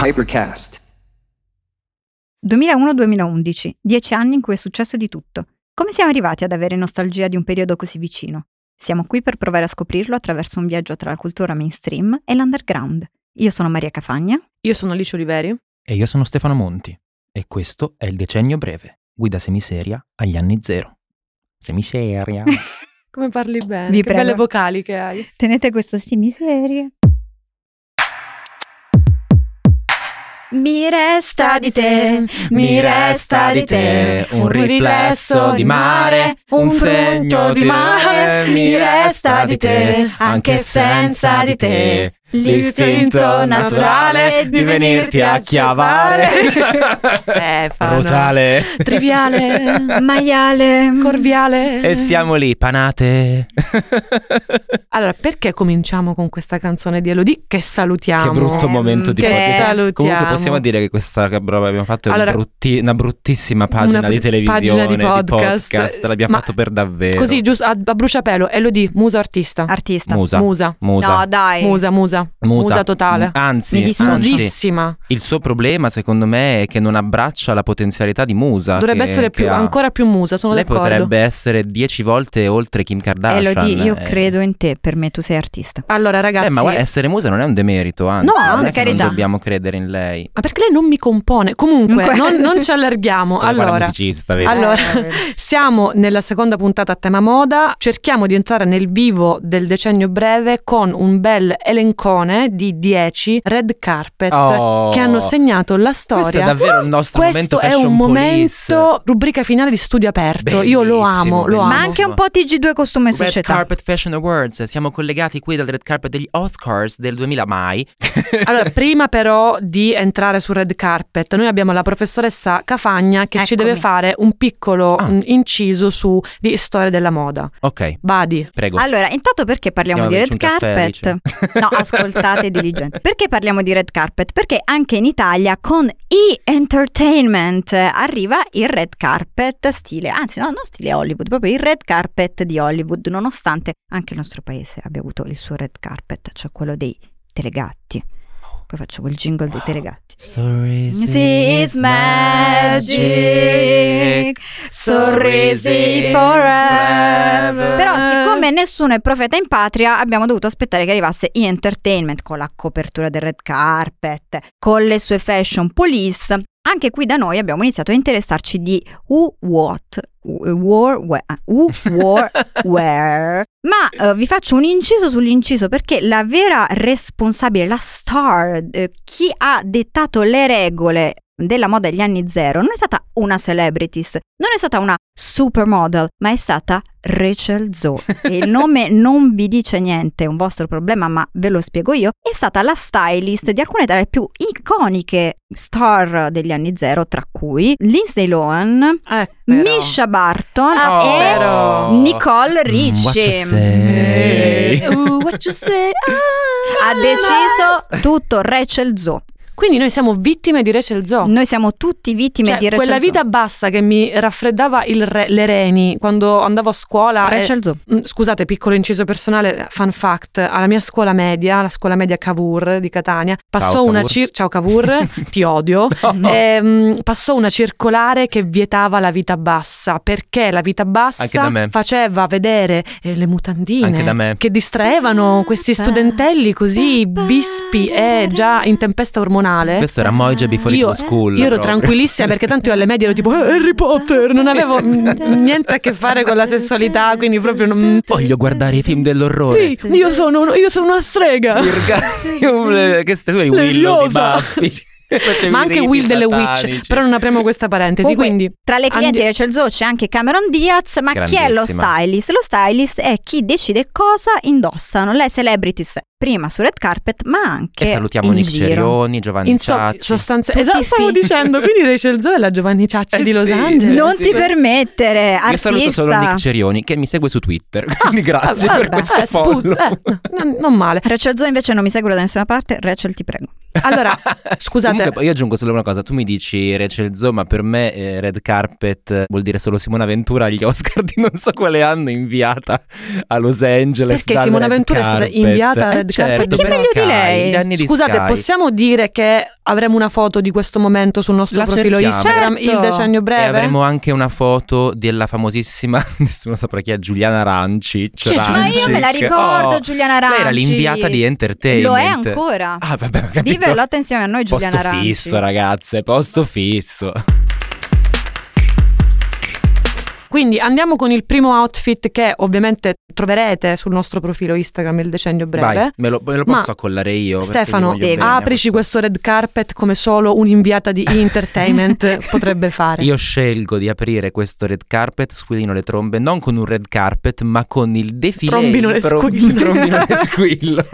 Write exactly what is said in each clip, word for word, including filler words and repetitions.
Hypercast. duemilauno duemilaundici, dieci anni in cui è successo di tutto. Come siamo arrivati ad avere nostalgia di un periodo così vicino? Siamo qui per provare a scoprirlo attraverso un viaggio tra la cultura mainstream e l'underground. Io sono Maria Cafagna. Io sono Alice Oliveri. E io sono Stefano Monti. E questo è il Decennio Breve, guida semiseria agli anni zero. Semiseria. Come parli bene, Vi che prego. belle vocali che hai. Tenete questo sti miserie. Mi resta di te, mi resta di te, un riflesso di mare, un segno di mare, mi resta di te, anche senza di te, l'istinto naturale di venirti a chiavare. Stefano. Brutale. Triviale. maiale, Corviale. E siamo lì, panate. Allora, perché cominciamo con questa canzone di Elodie che salutiamo? Che brutto momento di Che podcast. salutiamo. Comunque possiamo dire che questa roba che abbiamo fatto è Allora, un brutti- una bruttissima pagina una di televisione, pagina di di podcast. podcast. L'abbiamo Ma fatto per davvero. Così, giusto, a, a bruciapelo. Elodie, musa o artista? artista. Musa. Musa. Musa. No, dai. Musa, musa. Musa totale. Anzi, Mi dissocio. anzi, Musissima. il suo problema secondo me è che non abbraccia la potenzialità di musa. Dovrebbe che- essere che più, ha. ancora più musa, sono Lei d'accordo. potrebbe essere dieci volte oltre Kim Kardashian. Elodie, io eh. credo in te, per me tu sei artista. Allora, ragazzi, Eh, ma guarda, essere musa non è un demerito, anzi, No, non per è che carità. non dobbiamo credere in lei. ma perché lei non mi compone? Comunque, Comunque. non, non ci allarghiamo. Guarda, guarda, Allora, musicista, vedi? allora Eh, vedi. siamo nella seconda puntata a tema moda. Cerchiamo di entrare nel vivo del decennio breve con un bel elencone di dieci red carpet Oh. che hanno segnato la storia. Questo è davvero il nostro Questo momento è fashion un police. momento rubrica finale di Studio Aperto. Io lo Bellissimo, amo, lo amo. Ma anche un po' T G due costume e Red società. Carpet Fashion Awards, siamo collegati qui dal Red Carpet degli Oscars del duemila mai. Allora, prima però di entrare sul red carpet, noi abbiamo la professoressa Cafagna che ci Eccomi. deve fare un piccolo Ah. mh, inciso su di storia della moda. Ok, Badi. prego. Allora, intanto perché parliamo Andiamo di a red berci un caffè, carpet? No, ascoltate diligente. Perché parliamo di red carpet? Perché anche in Italia con E! Entertainment arriva il red carpet stile, anzi no, non stile Hollywood, proprio il red carpet di Hollywood, nonostante anche il nostro paese abbia avuto il suo red carpet, cioè quello dei telegatti. Poi facciamo il jingle dei telegatti. Sorrisi It's magic, sorrisi forever. Però siccome nessuno è profeta in patria, abbiamo dovuto aspettare che arrivasse E! Entertainment con la copertura del red carpet, con le sue fashion police. Anche qui da noi abbiamo iniziato a interessarci di who, what, war, where, who, war, where. Ma eh, vi faccio un inciso sull'inciso perché la vera responsabile, la star, eh, chi ha dettato le regole della moda degli anni zero non è stata una celebrities, non è stata una supermodel, ma è stata Rachel Zoe. E il nome non vi dice niente, è un vostro problema, ma ve lo spiego io. È stata la stylist di alcune delle più iconiche star degli anni zero, tra cui Lindsay Lohan, Eh, però. Misha Barton Ah, e però. Nicole Mm, Richie. what you say? Uh, what you say? Ah, Ha deciso tutto Rachel Zoe. Quindi noi siamo vittime di Rachel Zoe. Noi siamo tutti vittime Cioè, di Rachel quella Zoe. vita bassa che mi raffreddava il re- le reni quando andavo a scuola. Rachel eh, Zoe. mm, Scusate, piccolo inciso personale, fun fact, alla mia scuola media, la scuola media Cavour di Catania, passò Ciao, una Cavour. cir- ciao Cavour, ti odio. Ehm, passò una circolare che vietava la vita bassa, perché la vita bassa Anche da me. faceva vedere eh, le mutandine Anche da me. che distraevano questi studentelli così vispi e già in tempesta ormonale. Questo era Moige Before Io, Little School. io ero proprio. tranquillissima perché tanto io alle medie ero tipo eh, Harry Potter, non avevo mm, niente a che fare con la sessualità, quindi proprio non... Voglio guardare i film dell'orrore. Sì, io sono, io sono una strega. Virga- che stai tu eri Willow di Leviosa. Buffy. Facevi Ma i anche riti Will delle Witch, satanici. però non apriamo questa parentesi. Comunque, Quindi tra le clienti andi- di Rachel Zoe c'è anche Cameron Diaz, ma chi è lo Grandissima. stylist? Lo stylist è chi decide cosa indossano le celebrities, prima su red carpet, ma anche E salutiamo in Nick giro. Cerioni, Giovanni Insomma, Ciacci. sostanze... Tutti Esatto, stavo figli. dicendo, quindi Rachel Zoe è la Giovanni Ciacci Eh di Los sì. Angeles. Non Sì. ti permettere, Io artista. saluto solo Nick Cerioni che mi segue su Twitter. Quindi grazie Ah, per vabbè, questo eh, spu- follow. eh, no, non male. Rachel Zoe invece non mi segue da nessuna parte. Rachel, ti prego. Allora, scusate. Comunque, io aggiungo solo una cosa. Tu mi dici Rachel Zoe, ma per me eh, red carpet vuol dire solo Simona Ventura agli Oscar di non so quale anno inviata a Los Angeles. Perché Simona Ventura carpet. è stata inviata a eh, red certo, carpet? Chi meglio di lei? Gli anni di Scusate, Sky. possiamo dire che avremo una foto di questo momento sul nostro La profilo cerchiamo. Instagram, Certo. il decennio breve? E avremo anche una foto della famosissima, nessuno saprà chi è, Giuliana Rancic. Chi è Giuliana? Ma io me la ricordo, Oh, Giuliana lei era Rancic. l'inviata di Entertainment. Lo è ancora. Ah, vabbè, ho capito. Vive e lotta insieme a noi Giuliana Posto Rancic. fisso, ragazze, posto fisso. Quindi andiamo con il primo outfit che ovviamente troverete sul nostro profilo Instagram, il decennio breve. Vai, me lo, me lo Ma posso accollare io. perché Stefano, gli voglio bene a aprici questo red carpet come solo un'inviata di Entertainment potrebbe fare. Io scelgo di aprire questo red carpet, squillino le trombe, non con un red carpet, ma con il defilé. Trombino le Tro- squillo. Trombino le squillo.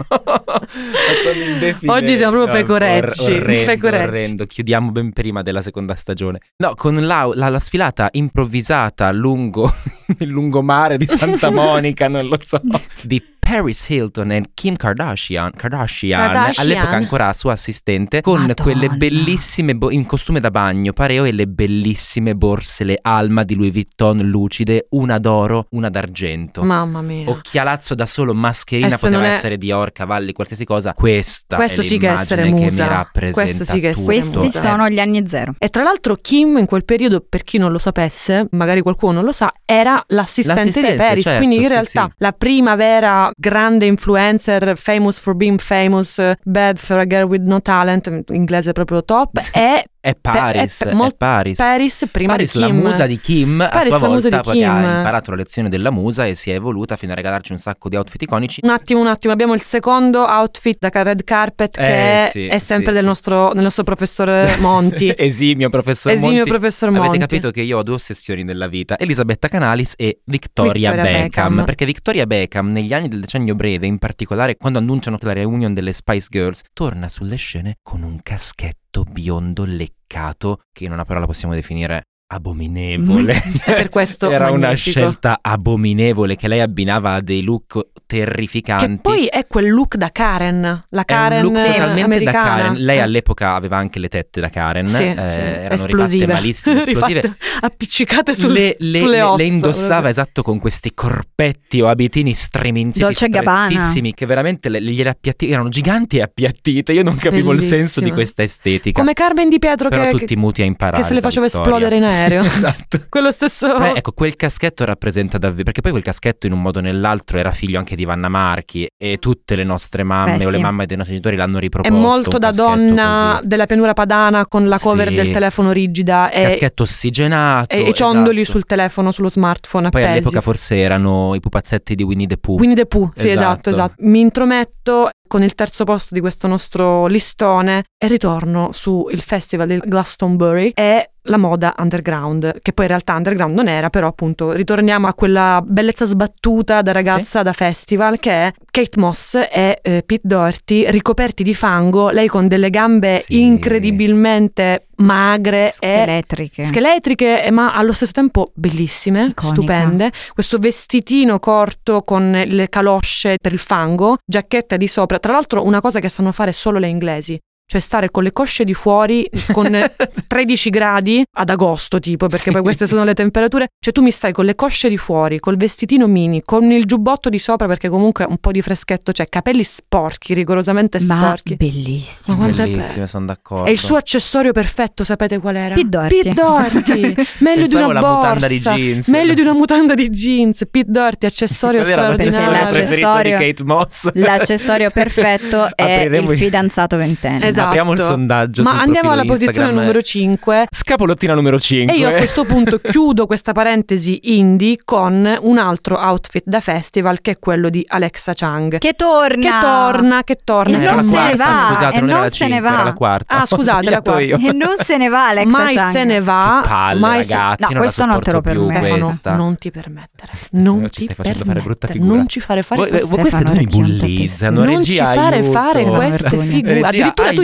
con il defilé. Oggi siamo proprio No, pecorecci, or- orrendo, pecorecci. orrendo. Chiudiamo ben prima della seconda stagione. No, con la, la, la sfilata improvvisata lungo il lungomare di Santa Monica, non lo so, di Paris Hilton e Kim Kardashian, Kardashian, Kardashian. all'epoca ancora sua assistente, con Madonna. quelle bellissime bo- in costume da bagno, pareo, e le bellissime borse, le Alma di Louis Vuitton lucide, una d'oro, una d'argento. Mamma mia. Occhialazzo da solo, mascherina, E se poteva non è- essere Dior, cavalli, qualsiasi cosa. Questa Questo è sì che è essere l'immagine che musa. mi rappresenta Questo sì che è tutto. essere Questi musa. sono gli anni zero. E tra l'altro Kim in quel periodo, per chi non lo sapesse, magari qualcuno non lo sa, era l'assistente, L'assistente, di Paris, certo, quindi in sì, realtà sì. la prima vera grande influencer, famous for being famous, uh, bad for a girl with no talent, inglese proprio top, è È Paris, è è, mol- Paris. Paris prima Paris, di la Kim. musa di Kim, a Paris, sua la musa volta di poi ha Kim. imparato la lezione della musa e si è evoluta fino a regalarci un sacco di outfit iconici. Un attimo, un attimo, abbiamo il secondo outfit da red carpet che Eh, è, sì, è sempre sì, del sì. nostro, del nostro professor Monti. Esimio professor Esimio Monti. professor Monti. Avete capito che io ho due ossessioni nella vita: Elisabetta Canalis e Victoria, Victoria Beckham. Beckham. Perché Victoria Beckham, negli anni del decennio breve, in particolare quando annunciano la reunion delle Spice Girls, torna sulle scene con un caschetto biondo leccato, che in una parola possiamo definire abominevole. E per questo era una magnifico. scelta abominevole che lei abbinava a dei look terrificanti. Che poi è quel look da Karen, la È Karen un look totalmente americana. da Karen. Lei Eh. all'epoca aveva anche le tette da Karen, Sì, eh, sì, erano esplosive. rifatte malissimo, esplosive. Rifatte, appiccicate sul- le, le, sulle le- ossa. le indossava proprio. esatto con questi corpetti o abitini streminziti, Dolce Gabbana. strettissimi, che veramente le, gliele appiatti- erano giganti e appiattite. Io non capivo il senso di Bellissima. questa estetica. Come Carmen Di Pietro Però che, tutti muti a imparare che se le da faceva Vittoria. esplodere in aereo. Esatto. quello stesso. Beh, ecco, quel caschetto rappresenta davvero, perché poi quel caschetto in un modo o nell'altro era figlio anche di Vanna Marchi, e tutte le nostre mamme Beh, o le sì. mamme dei nostri genitori l'hanno È riproposto. molto un da caschetto donna così. della pianura padana con la cover Sì. del telefono rigida e, Caschetto ossigenato e i ciondoli esatto. sul telefono, sullo smartphone Poi appesi. all'epoca forse erano i pupazzetti di Winnie the Pooh. Winnie the Pooh, sì, esatto, Esatto. esatto. Mi intrometto con il terzo posto di questo nostro listone e ritorno sul festival del Glastonbury e la moda underground, che poi in realtà underground non era, però appunto ritorniamo a quella bellezza sbattuta da ragazza da festival che è Kate Moss e eh, Pete Doherty ricoperti di fango, lei con delle gambe Sì. incredibilmente magre e Scheletriche. scheletriche, eh, ma allo stesso tempo bellissime, Iconica. stupende. Questo vestitino corto con le calosce per il fango, giacchetta di sopra. Tra l'altro una cosa che sanno fare solo le inglesi, cioè stare con le cosce di fuori con tredici gradi ad agosto tipo, perché Sì. poi queste sono le temperature, cioè tu mi stai con le cosce di fuori, col vestitino mini, con il giubbotto di sopra perché comunque un po' di freschetto, cioè capelli sporchi, rigorosamente Ma sporchi. bellissimo. Ma quanto è Bellissime, sono d'accordo. E il suo accessorio perfetto, sapete qual era? Pete Doherty. Pete Doherty. Meglio di Pensavo una la borsa, mutanda di jeans. meglio di una mutanda di jeans. Pete Doherty, accessorio Era straordinario. l'accessorio l'accessorio L'accessorio- preferito di Kate Moss. L'accessorio perfetto è Apriremo il i- fidanzato ventenne. Esatto. Apriamo il sondaggio Ma sul andiamo profilo alla posizione Instagram. numero cinque. Scapolottina numero cinque. E io a questo punto chiudo questa parentesi indie con un altro outfit da festival che è quello di Alexa Chung. Che torna. Che torna, che torna. E Era non la se ne quarta, va, scusate, e non, non era la se ne cinque, va. era la quarta. Ah, Ho scusate, la sbagliato quarta. io. E non se ne va Alexa Mai Chung. se ne va. Che palle, mai se- ragazzi, No, non la questo non te lo sopporto più permetto. Stefano, questa. non ti permettere. Non Ci ti stai facendo fare brutta permettere. figura. Non ci fare fare Voi, queste voi queste Stefano, due mi racchiantati. bullizzano. Non regia, ci fare aiuto. fare Stefano, queste vergogna. figure. Regia, Addirittura tu aiuto.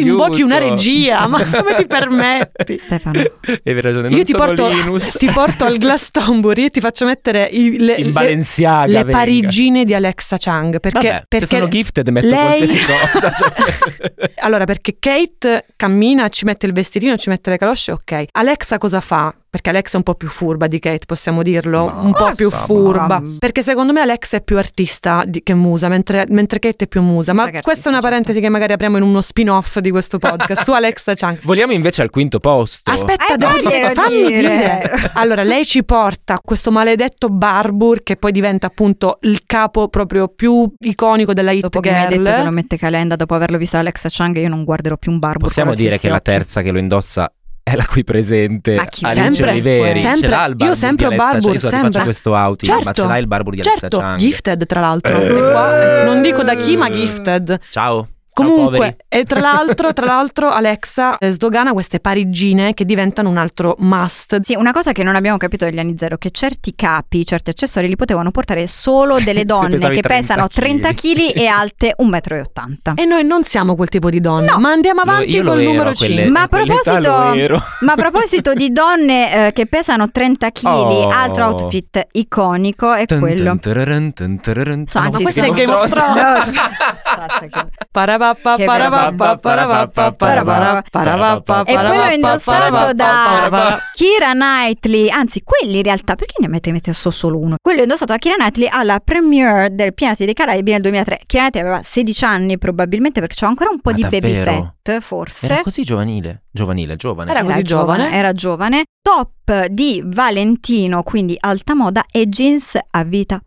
invochi una regia, ma come ti permetti? Stefano, Hai ragione, Io non ti sono porto, Linus. ti porto al Glastonbury e ti faccio mettere i- le, In le- Balenciaga, le venga. parigine di Alexa Chung. Perché, Vabbè, perché se sono gifted metto lei- qualsiasi cosa. Cioè. Allora, perché Kate cammina, ci mette il vestitino, ci mette le calosce, ok. Alexa cosa fa? Perché Alexa è un po' più furba di Kate, possiamo dirlo, Ma un po' più basta, furba. ma- Perché secondo me Alexa è più artista di- che musa, mentre, mentre Kate è più musa. Ma Sai che questa è una artista, parentesi che magari apriamo in uno spin-off di questo podcast su Alexa Chung. Vogliamo invece al quinto posto. Aspetta, Eh, devo faglielo dire, fammi dire. dire. Allora, lei ci porta questo maledetto Barbour che poi diventa appunto il capo proprio più iconico della Hit dopo che mi hai Girl. detto che lo mette Calenda, dopo averlo visto Alexa Chung, io non guarderò più un Barbour. Possiamo con gli dire stessi che la occhi. terza che lo indossa è la qui presente Ma chi- Alice Sempre, Oliveri. sempre. Ce l'ha il Io Barbour sempre di ho Alexa Barbour, Chung. Io so, ti sempre. faccio questo outing, ma Certo, ce l'ha il Barbour di Alexa certo, Chung. gifted tra l'altro. Eh. Qua, non dico da chi, ma gifted. Ciao. Ciao, poveri. Comunque, e tra l'altro, tra l'altro Alexa eh, sdogana queste parigine che diventano un altro must. Sì, una cosa che non abbiamo capito degli anni zero, che certi capi, certi accessori li potevano portare solo delle Se donne pesavi che trenta pesano trenta chili e alte un metro e ottanta. E noi non siamo quel tipo di donna, No. ma andiamo Lo- avanti io lo col ero, numero quelle- cinque. Ma a quell'età proposito, lo ero. ma a proposito di donne eh, che pesano trenta chili, Oh. altro outfit iconico è Tun, quello. tun, tararun, tun, tararun. So, Ah, no, anzi, questo sì. è Game of Thrones. No, aspetta che- Parapappa, Che parapappa, parapappa, parapappa, parapappa, E quello parapappa, indossato da parapappa. Keira Knightley, anzi quelli in realtà, perché ne avete messo solo uno? Quello indossato da Keira Knightley alla premiere del Pirati dei Caraibi nel duemilatré. Keira Knightley aveva sedici anni probabilmente, perché c'era ancora un po' Ma di baby davvero? fat, forse. Era così giovanile. Giovanile, giovane. Era così giovane. Era giovane. Top di Valentino, quindi alta moda, e jeans a vita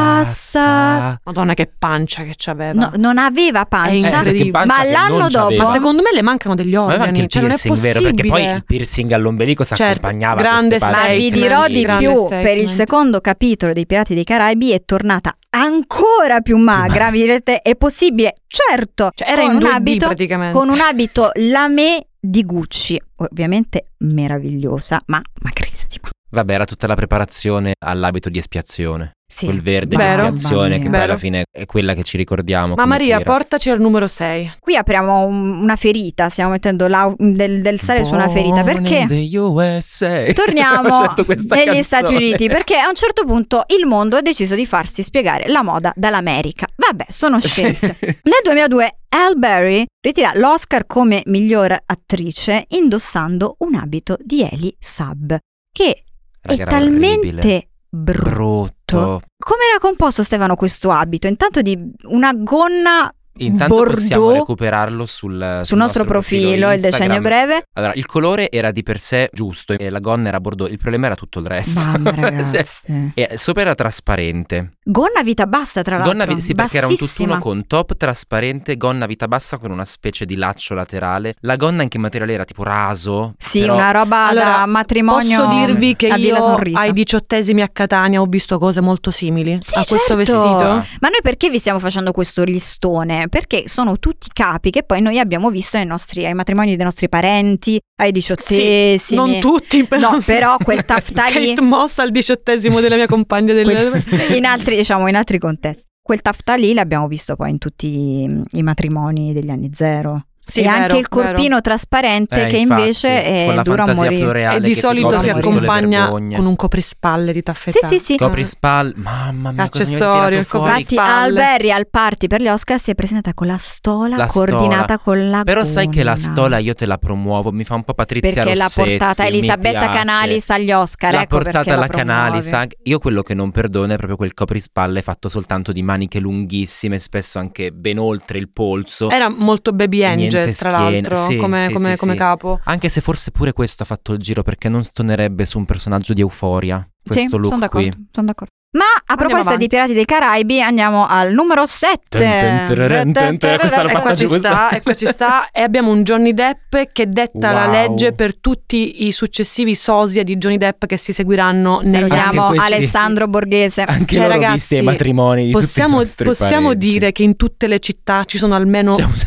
bassa. Madonna, che pancia che c'aveva. No, non aveva È pancia, incredibile. pancia ma che l'anno non dopo. c'aveva. Ma secondo me le mancano degli Ma aveva anche organi, il cioè non è piercing, vero? possibile. Perché poi il piercing all'ombelico si Certo, accompagnava grande a queste Ma parti. vi statement, dirò di grande più, statement. per il secondo capitolo dei Pirati dei Caraibi è tornata ancora più magra, vi direte, è possibile? Certo, Cioè, era con in un due D abito, praticamente. con un abito lamé di Gucci, ovviamente meravigliosa, ma magrissima. Vabbè, era tutta la preparazione all'abito di espiazione. Sì, Quel verde Vero. di espiazione che poi Vero. alla fine è quella che ci ricordiamo. Ma come Maria, Kira. portaci al numero sei. Qui apriamo un- una ferita, stiamo mettendo l'au- del, del sale su una ferita, Born perché in the U S A. torniamo Ho scelto questa negli canzone. Stati Uniti, perché a un certo punto il mondo ha deciso di farsi spiegare la moda dall'America. Vabbè, sono scelte. Nel duemiladue Halle Berry ritira l'Oscar come miglior attrice indossando un abito di Elie Saab, che Raga, è era talmente orribile. brutto. Brutto. Come era composto, Stefano, questo abito? Intanto di una gonna Intanto possiamo bordeaux recuperarlo sul, sul nostro profilo, il decennio Instagram. breve. Allora, il colore era di per sé giusto e la gonna era bordeaux, il problema era tutto il resto. Mamma Cioè, ragazzi. e sopra era trasparente. Gonna vita bassa, tra l'altro. Gonna vi- sì, perché era un bassissima. tutt'uno con top trasparente, gonna vita bassa con una specie di laccio laterale. La gonna in che materiale era? Tipo raso? Sì, però- una roba Allora, da matrimonio. Posso dirvi che a Villa io Sonrisa. ai diciottesimi a Catania ho visto cose molto simili Sì, a questo certo. vestito. Ma noi perché vi stiamo facendo questo listone? Perché sono tutti capi che poi noi abbiamo visto ai, nostri, ai matrimoni dei nostri parenti, ai diciottesimi. Non tutti, però. No, però quel taftà lì- Kate Moss al diciottesimo della mia compagna del... Quel- in altri, diciamo, in altri contesti. Quel taftà lì l'abbiamo visto poi in tutti i, i matrimoni degli anni zero. Sì, e vero, anche il vero. corpino trasparente Eh, che infatti, invece è con la duro a fantasia morire. floreale E di che ti solito copre si tutte le accompagna vergogne. con un coprispalle di taffetà. Sì, sì, sì. Coprispalle, mamma mia, cosa mi avete Accessorio, tirato il fuori? coprispalle. Infatti spalle. Al Berry al party per gli Oscar si è presentata con la stola La coordinata stola. con la Però sai che la gonna. stola io te la promuovo, mi fa un po' Patrizia perché l'ha Rossetti, portata mi Elisabetta piace. Canalis agli Oscar, L'ha ecco perché portata la la Canalis. promuovi. Io quello che non perdono è proprio quel coprispalle fatto soltanto di maniche lunghissime, spesso anche ben oltre il polso. Era molto baby E niente angel, tra schiena. l'altro, Sì, come, sì, come, sì, come sì. capo. Anche se forse pure questo ha fatto il giro, perché non stonerebbe su un personaggio di Euforia. Sì, Questo sono look d'accordo, qui. sono d'accordo. Ma a proposito avanti. di Pirati dei Caraibi andiamo al numero sette. Tun, tun, tururun, tun, tun. Questa l'ho E fatta qua ci giusta. sta, e qua ci sta. E abbiamo un Johnny Depp che detta la Wow. legge per tutti i successivi sosia di Johnny Depp che si seguiranno negli Anche Salutiamo anni. questi- Alessandro Borghese. Anche Cioè, loro ragazzi, visti ai matrimoni di tutti i Possiamo, nostri possiamo parenti. dire che in tutte le città ci sono almeno C'è un-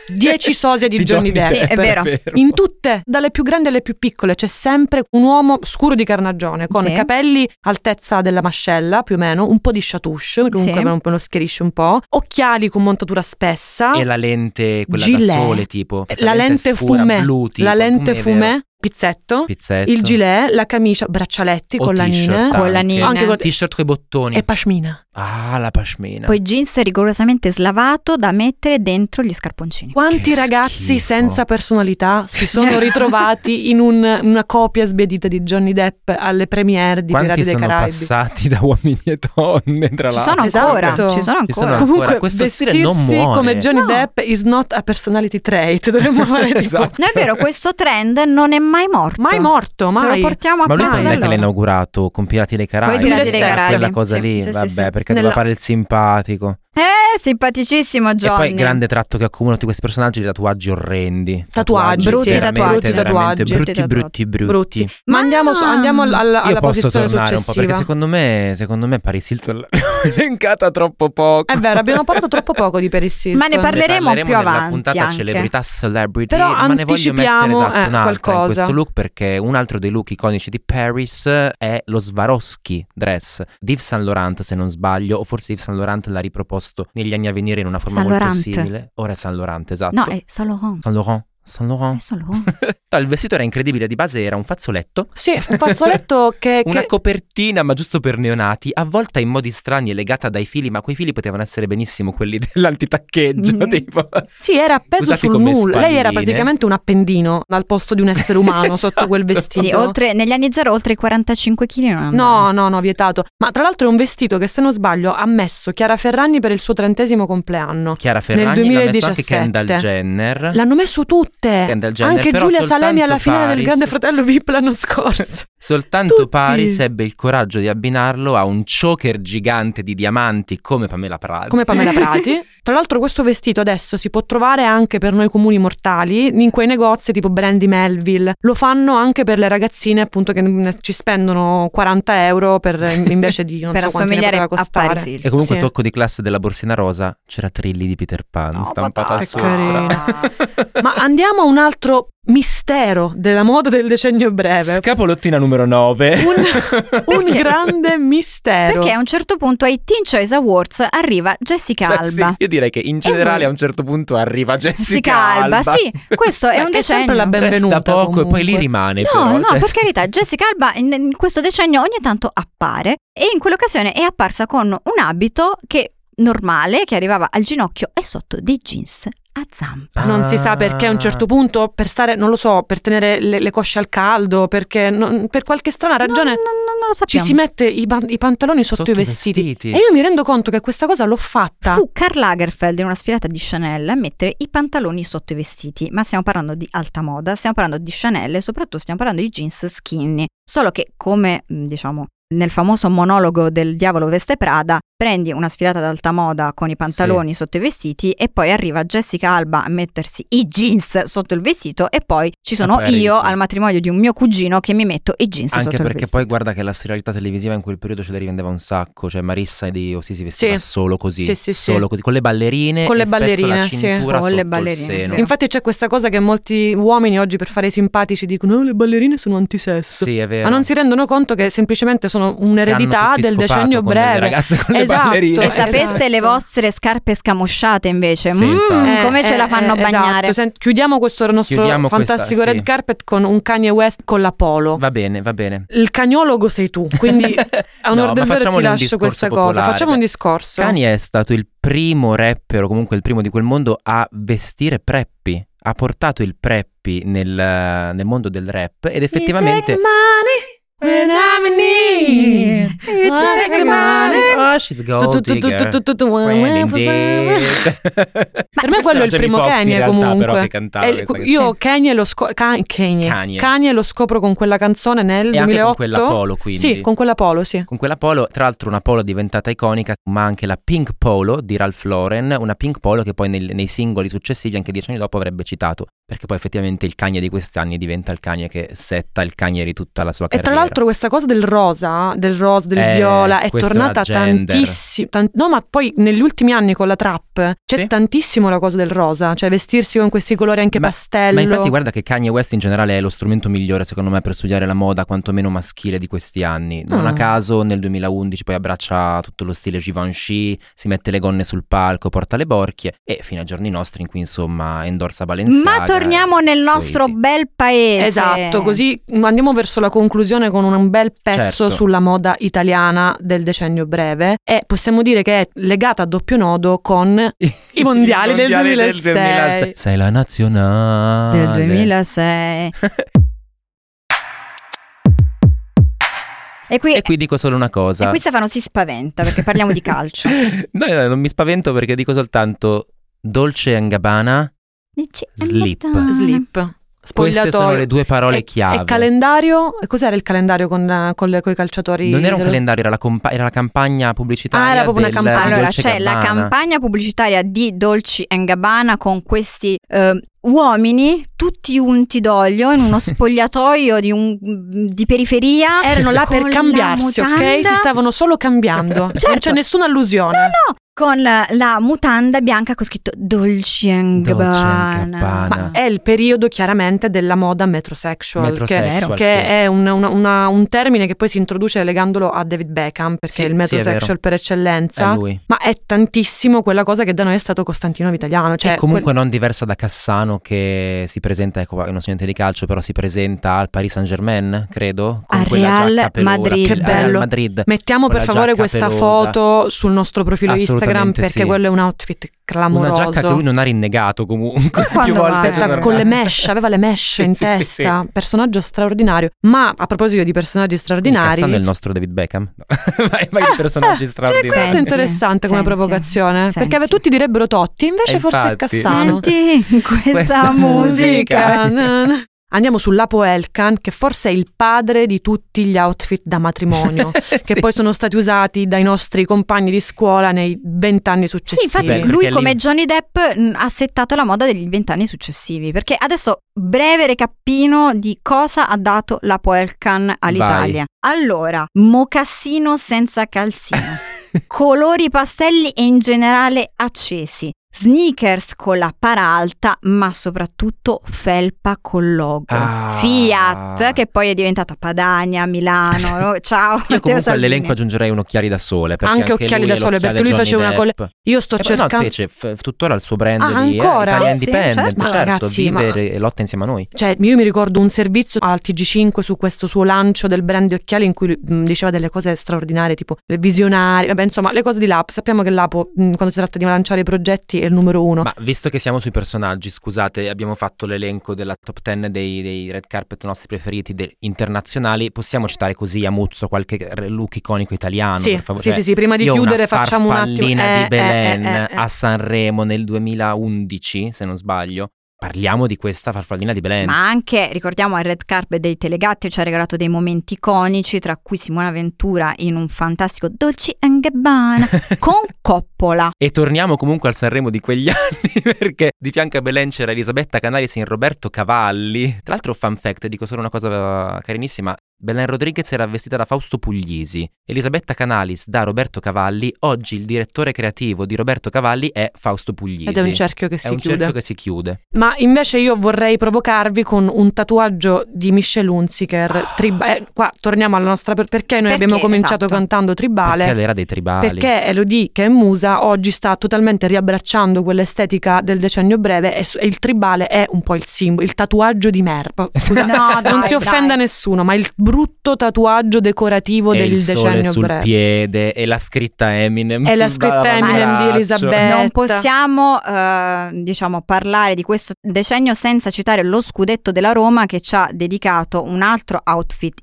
dieci sosie di, Di Johnny Johnny Depp. Sì, è vero. In tutte, dalle più grandi alle più piccole, c'è sempre un uomo scuro di carnagione, con Sì. capelli altezza della mascella, più o meno, un po' di chatouche, comunque Sì. me lo schiarisce un po', occhiali con montatura spessa, E la lente, quella Gilet. da sole tipo. perché la lente scura, fumé, blu, tipo, la lente vero. fumé, pizzetto, Pizzetto. il gilet, la camicia, braccialetti, O collanine, t-shirt Collanine. anche. anche con- T-shirt coi bottoni. e pashmina. Ah, la pashmina. Poi jeans rigorosamente slavato da mettere dentro gli scarponcini. Quanti Che ragazzi schifo. senza personalità si sono ritrovati in un- una copia sbiadita di Johnny Depp alle premiere di Quanti Pirati dei sono Caraibi? passati da uomini e donne, tra Ci l'altro. sono Esatto. ancora, ci sono Ci sono ancora. ancora. Comunque Questo stile vestirsi non muore. come Johnny No. Depp is not a personality trait. Dovremmo fare tipo Esatto. No, è vero, questo trend non è mai morto. mai morto, Te mai. lo portiamo Ma lui appresso quando da è che l'ha loro. inaugurato? Con Pirati dei Caraibi? Coi Pirati dei Quella Caraibi, cosa sì, lì, sì, sì, vabbè, sì. perché Nella- doveva fare il simpatico. Eh, simpaticissimo E Johnny. poi grande tratto che accumula tutti questi personaggi, tatuaggi orrendi. Tatuaggi, Brutti sì. tatuaggi. veramente, veramente Tatuaggi. brutti, Brutti brutti, brutti, brutti. Ma andiamo, su- andiamo alla, alla Io posso posizione tornare un po' successiva. perché secondo me, secondo me Paris Hilton l'ha elencata troppo poco. È vero, abbiamo parlato troppo poco di Paris Hilton. Ma ne parleremo più nella avanti puntata anche. celebrità celebrity, Però ma ne voglio mettere anticipiamo, esatto eh, un'altra qualcosa. in questo look, perché un altro dei look iconici di Paris è lo Swarovski dress di Yves Saint Laurent, se non sbaglio, o forse Yves Saint Laurent l'ha riproposto negli anni a venire in una forma Saint molto Laurent. simile. Ora è Saint Laurent, esatto. No, è Saint Laurent. Saint Laurent. Saint È Laurent. Saint Laurent. No, il vestito era incredibile, di base era un fazzoletto, Sì, un fazzoletto che... una che... copertina ma giusto per neonati, avvolta in modi strani e legata dai fili, ma quei fili potevano essere benissimo quelli dell'antitaccheggio, Mm. tipo. Sì, era appeso Usati sul come nulla. Lei era spalline. praticamente un appendino al posto di un essere umano sotto quel vestito. Sì, oltre, negli anni zero oltre i quarantacinque chili non No, no, no, vietato. Ma tra l'altro è un vestito che, se non sbaglio, ha messo Chiara Ferragni per il suo trentesimo compleanno. Chiara Ferragni, Nel l'ha messo anche duemiladiciassette. Kendall Jenner. L'hanno messo tutte. Kendall Jenner, Anche però Giulia soltanto Salemi alla finale del Paris- Grande Fratello V I P l'anno scorso. Soltanto Tutti. Paris ebbe il coraggio di abbinarlo a un choker gigante di diamanti come Pamela Prati. Come Pamela Prati. Tra l'altro questo vestito adesso si può trovare anche per noi comuni mortali in quei negozi tipo Brandy Melville. Lo fanno anche per le ragazzine, appunto, che ne- ci spendono quaranta euro per, invece di non per so quanti ne assomigliare poteva a costare. Paris Hilton. E comunque Sì. tocco di classe della borsina rosa, c'era Trilli di Peter Pan No, stampata patata, sopra. carina. Ma andiamo a un altro mistero della moda del decennio breve. Scapolottina numero nove. Un, un Perché? grande mistero. Perché a un certo punto ai Teen Choice Awards arriva Jessica Cioè, Alba. sì, io direi che in generale noi- a un certo punto arriva Jessica, Jessica Alba, sì, questo è Ma un che è sempre decennio. la benvenuta. Resta poco e poi lì comunque. rimane. No, però, no, cioè, per carità, Jessica Alba in, in questo decennio ogni tanto appare e in quell'occasione è apparsa con un abito che normale, che arrivava al ginocchio e sotto dei jeans a zampa. Non si sa perché a un certo punto, per stare, non lo so, per tenere le, le cosce al caldo, perché non- per qualche strana ragione Non, non- non lo ci sappiamo. si mette i, pan- i pantaloni sotto, Sotto i i vestiti. vestiti. E io mi rendo conto che questa cosa l'ho fatta. Fu Karl Lagerfeld in una sfilata di Chanel a mettere i pantaloni sotto i vestiti, ma stiamo parlando di alta moda, stiamo parlando di Chanel e soprattutto stiamo parlando di jeans skinny. Solo che, come mh, diciamo nel famoso monologo del Diavolo veste Prada, prendi una sfilata d'alta moda con i pantaloni sotto i vestiti e poi arriva Jessica Alba a mettersi i jeans sotto il vestito e poi ci sono poi arrivi io tu. al matrimonio di un mio cugino che mi metto i jeans Anche sotto il perché vestito. poi guarda che la serialità televisiva in quel periodo ce le rivendeva un sacco. Cioè Marissa di O sì si vestiva Sì. solo così. Sì, sì, sì. Solo così. Con le ballerine Con le e spesso ballerine, la sì. cintura Con le sotto ballerine, il seno. vero. Infatti c'è questa cosa che molti uomini oggi, per fare i simpatici, dicono oh, le ballerine sono antisesso. Sì, è vero. Ma non si rendono conto che semplicemente sono Che un'eredità hanno tutti del scopato decennio con delle breve. ragazze con le Esatto. ballerine. E sapeste Esatto. le vostre scarpe scamosciate invece? Sì, Mm, infatti. come Eh, ce la eh, fanno eh, bagnare? esatto. Sent- chiudiamo questo nostro Chiudiamo questa, fantastico sì. red carpet con un Kanye West con la polo. Va bene, va bene. Il cagnologo sei tu, quindi a No, onor ma del vero ti facciamone un lascio discorso questa popolare. cosa. Facciamo un discorso. Kanye è stato il primo rapper, o comunque il primo di quel mondo, a vestire preppy. Ha portato il preppy nel, nel mondo del rap ed effettivamente... You take money when I'm in need. You take money. Oh, she's a gold digger. When indeed. Per me quello è il primo Kanye comunque. È il- io Kanye lo, sco- Ka- Kanye. Kanye. Kanye lo scopro con quella canzone nel E anche duemilaotto. con quella polo, quindi. Sì, con quella polo, sì. Con quella polo, tra l'altro una polo diventata iconica, ma anche la Pink Polo di Ralph Lauren, una Pink Polo che poi nel- nei singoli successivi, anche dieci anni dopo, avrebbe citato. perché poi effettivamente il Kanye di questi anni diventa il Kanye che setta il Kanye di tutta la sua E carriera. tra l'altro questa cosa del rosa, del rose, del Eh, viola è questo tornata era gender. tantissimo. tan- no, ma poi negli ultimi anni con la trap c'è Sì. tantissimo la cosa del rosa, cioè vestirsi con questi colori anche Ma- pastello. Ma infatti guarda che Kanye West in generale è lo strumento migliore secondo me per studiare la moda quantomeno maschile di questi anni. Non Ah. a caso nel duemilaundici poi abbraccia tutto lo stile Givenchy, si mette le gonne sul palco, porta le borchie e fino ai giorni nostri in cui insomma endorsa Balenciaga. Ma torniamo e nel suoi nostro sì. bel paese. Esatto, così andiamo verso la conclusione con un bel pezzo Certo. sulla moda italiana del decennio breve e possiamo dire che è legata a doppio nodo con i mondiali, del duemilasei. Sei la nazionale Del duemilasei. E qui, E qui dico solo una cosa. e qui Stefano si spaventa perché parliamo di calcio. No, no, non mi spavento perché dico soltanto Dolce and Gabbana. Dici, è Slip. lontano. Slip. Queste sono Spogliatoio. le due parole E- chiave. E calendario? E cos'era il calendario con, eh, con le, coi calciatori? Non era un dello- calendario, era la, compa- era la campagna pubblicitaria. Ah, era proprio una del campagna. Allora, Dolce c'è la Gabbana. campagna pubblicitaria di Dolce and Gabbana con questi eh, uomini tutti unti d'olio in uno spogliatoio di, un, di periferia. Erano là per con la cambiarsi, ok? mutanda- Si stavano solo cambiando. Non Certo. c'è nessuna allusione. No, no, con la, la mutanda bianca con scritto Dolce and Dolce and Gabbana. Gabbana. Ma è il periodo chiaramente della moda metrosexual, Metrosexual, che, che sì. è un, una- una- un termine che poi si introduce legandolo a David Beckham, perché Sì, è il sì, è metrosexual vero. per eccellenza. È lui. Ma è tantissimo quella cosa che da noi è stato Costantino Vitagliano. Cioè, e comunque quel- non diversa da Cassano che si presenta, ecco, non so niente di calcio, però si presenta al Paris Saint Germain, credo, con A quella Real giacca pelosa, Madrid. Che a Real bello. Madrid. mettiamo con per la favore giacca questa pelosa. foto sul nostro profilo Instagram, Assolutamente perché sì. quello è un outfit clamoroso. Una giacca che lui non ha rinnegato comunque. Quando più volte mai? Aspetta, giornata. con le mesh, aveva le mesh Sì, in sì, testa, sì, personaggio straordinario. Ma a proposito di personaggi straordinari, Cassano è il nostro David Beckham. No. vai, vai di personaggi cioè, straordinari. questo è Senti, interessante come senti, provocazione, senti. perché tutti direbbero Totti, invece E forse è infatti. Cassano. Senti questa, Questa musica. musica. Andiamo sull'Apo Elkan, che forse è il padre di tutti gli outfit da matrimonio, che Sì. poi sono stati usati dai nostri compagni di scuola nei vent'anni Sì, successivi. infatti Beh, lui perché come lì- Johnny Depp mh, ha settato la moda degli vent'anni successivi, perché adesso breve recappino di cosa ha dato la Poelcan all'Italia. Allora, mocassino senza calzino, colori pastelli e in generale accesi, sneakers con la para alta, ma soprattutto felpa col logo Ah. Fiat, che poi è diventata Padania, Milano. no? Ciao, Io Matteo comunque Salvini. all'elenco aggiungerei un occhiali da sole. perché Anche anche occhiali lui da è sole, l'occhiale perché lui Johnny faceva una Depp. colle- Io sto E poi no, cercando. fece, f- tuttora il suo brand Ah, di eh, ancora? Italia Sì, sì, Independent, certo. Ma certo, ragazzi, vive ma- e lotta insieme a noi. Cioè, io mi ricordo un servizio al T G cinque su questo suo lancio del brand di occhiali in cui mh, diceva delle cose straordinarie, tipo le visionarie, vabbè, insomma, le cose di Lapo. Sappiamo che Lapo, mh, quando si tratta di lanciare i progetti, è il numero uno. Ma visto che siamo sui personaggi, scusate, abbiamo fatto l'elenco della top dieci dei, dei red carpet nostri preferiti de- internazionali, possiamo citare così a muzzo qualche look iconico italiano, Sì, per favore? sì, Cioè, sì, sì, prima di io ho chiudere una facciamo un attimo. farfallina Eh, di Belen eh, eh, eh. a Sanremo nel duemilaundici, se non sbaglio. Parliamo di questa farfallina di Belen. Ma anche, ricordiamo, al red carpet dei Telegatti ci ha regalato dei momenti iconici, tra cui Simona Ventura in un fantastico Dolce and Gabbana con Coppola. E torniamo comunque al Sanremo di quegli anni, perché di fianco a Belen c'era Elisabetta Canalis in Roberto Cavalli. Tra l'altro, fun fact, dico solo una cosa carinissima. Belen Rodriguez era vestita da Fausto Puglisi, Elisabetta Canalis da Roberto Cavalli. Oggi il direttore creativo di Roberto Cavalli è Fausto Puglisi. Ed è un cerchio che È si un chiude. cerchio che si chiude. Ma invece io vorrei provocarvi con un tatuaggio di Michelle Hunziker. Triba- eh, qua torniamo alla nostra. Per- perché noi Perché? abbiamo cominciato Esatto. cantando tribale? Perché l'era dei tribali. Perché Elodie, che è musa, oggi sta totalmente riabbracciando quell'estetica del decennio breve e, su- e il tribale è un po' il simbolo, il tatuaggio di merda. Scusa, No, dai, non si offenda dai. nessuno, ma il brutto tatuaggio decorativo E del il sole decennio sul breve. piede e la scritta Eminem E la sul scritta Eminem di braccio. Elisabetta. Non possiamo, eh, diciamo, parlare di questo decennio senza citare lo scudetto della Roma, che ci ha dedicato un altro outfit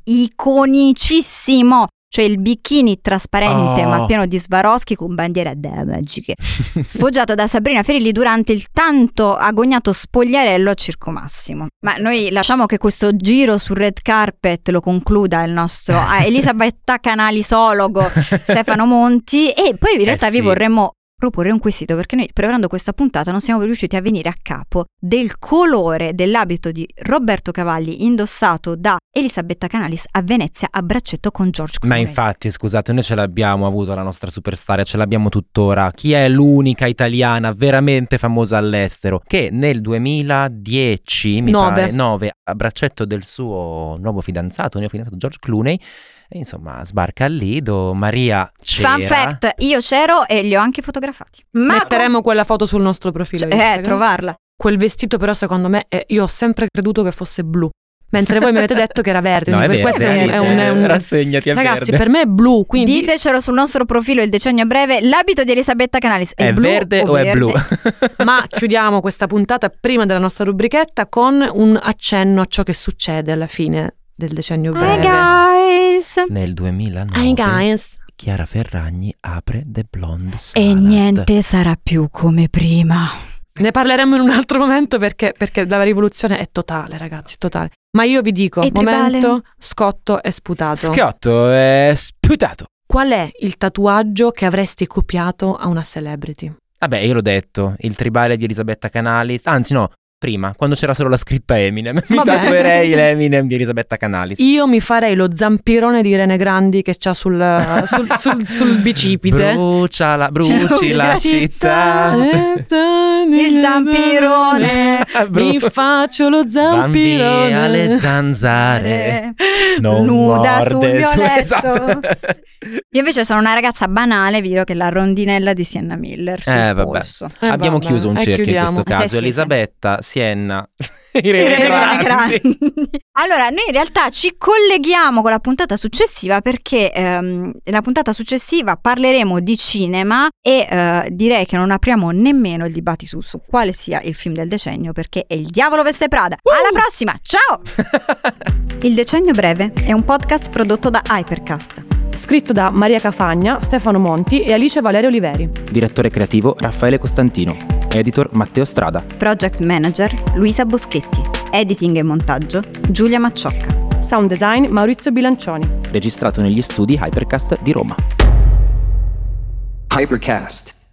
iconicissimo, cioè il bikini trasparente Oh. ma pieno di Swarovski con bandiera da magiche, sfoggiato da Sabrina Ferilli durante il tanto agognato spogliarello a Circo Massimo. Ma noi lasciamo che questo giro sul red carpet lo concluda il nostro ah, Elisabetta Canalisologo Stefano Monti, e poi in realtà Eh vi sì. vorremmo proporre un quesito, perché noi preparando questa puntata non siamo riusciti a venire a capo del colore dell'abito di Roberto Cavalli indossato da Elisabetta Canalis a Venezia a braccetto con George Clooney. Ma infatti, scusate, noi ce l'abbiamo avuto la nostra superstar, ce l'abbiamo tuttora. Chi è l'unica italiana veramente famosa all'estero che nel duemiladieci, mi Nove. pare, nove, a braccetto del suo nuovo fidanzato, neo fidanzato George Clooney, e insomma sbarca al Lido. Maria c'era. Fun fact, io c'ero e li ho anche fotografati. Ma Metteremo quella foto sul nostro profilo. eh, trovarla. Quel vestito però secondo me, è... io ho sempre creduto che fosse blu, mentre voi mi avete detto che era verde. No, è per verde, questo è un, è un, è un... rassegnati, è Ragazzi, verde. per me è blu, quindi Ditecelo sul nostro profilo Il Decennio Breve, l'abito di Elisabetta Canalis è, È blu verde o è verde? blu? ma chiudiamo questa puntata prima della nostra rubrichetta con un accenno a ciò che succede alla fine del Decennio Hi Breve. guys! Nel duemilanove Hi guys. Chiara Ferragni apre The Blonde Salad. E niente sarà più come prima. Ne parleremo in un altro momento perché, perché la rivoluzione è totale, ragazzi, totale. Ma io vi dico, E tribale? momento, scotto è sputato. Scotto è sputato. Qual è il tatuaggio che avresti copiato a una celebrity? Vabbè, io l'ho detto, il tribale di Elisabetta Canalis, anzi no, prima, quando c'era solo la scritta Eminem, mi Vabbè. tatuerei l'Eminem di Elisabetta Canalis. Io mi farei lo zampirone di Irene Grandi che c'ha sul, sul, sul, sul bicipite. Brucia la, bruci Bruci la la città. Il zampirone. Mi faccio lo Van zampirone. via le zanzare. Non Nuda sul morde mio su- letto. Esatto. Io invece sono una ragazza banale, vi dirò che la rondinella di Sienna Miller sul Eh, vabbè. polso. Eh, Abbiamo vabbè, chiuso un eh, cerchio chiudiamo. in questo Sì, caso. sì, sì. Elisabetta, Sienna, Irene Irene Grandi. Grandi. Allora, noi in realtà ci colleghiamo con la puntata successiva perché ehm, nella puntata successiva parleremo di cinema e eh, direi che non apriamo nemmeno il dibattito su, su quale sia il film del decennio perché è Il Diavolo veste Prada. Alla prossima, ciao! Il Decennio Breve è un podcast prodotto da Hypercast. Scritto da Maria Cafagna, Stefano Monti e Alice Valerio Oliveri. Direttore creativo Raffaele Costantino. Editor Matteo Strada. Project Manager Luisa Boschetti. Editing e montaggio Giulia Macciocca. Sound design Maurizio Bilancioni. Registrato negli studi Hypercast di Roma. Hypercast.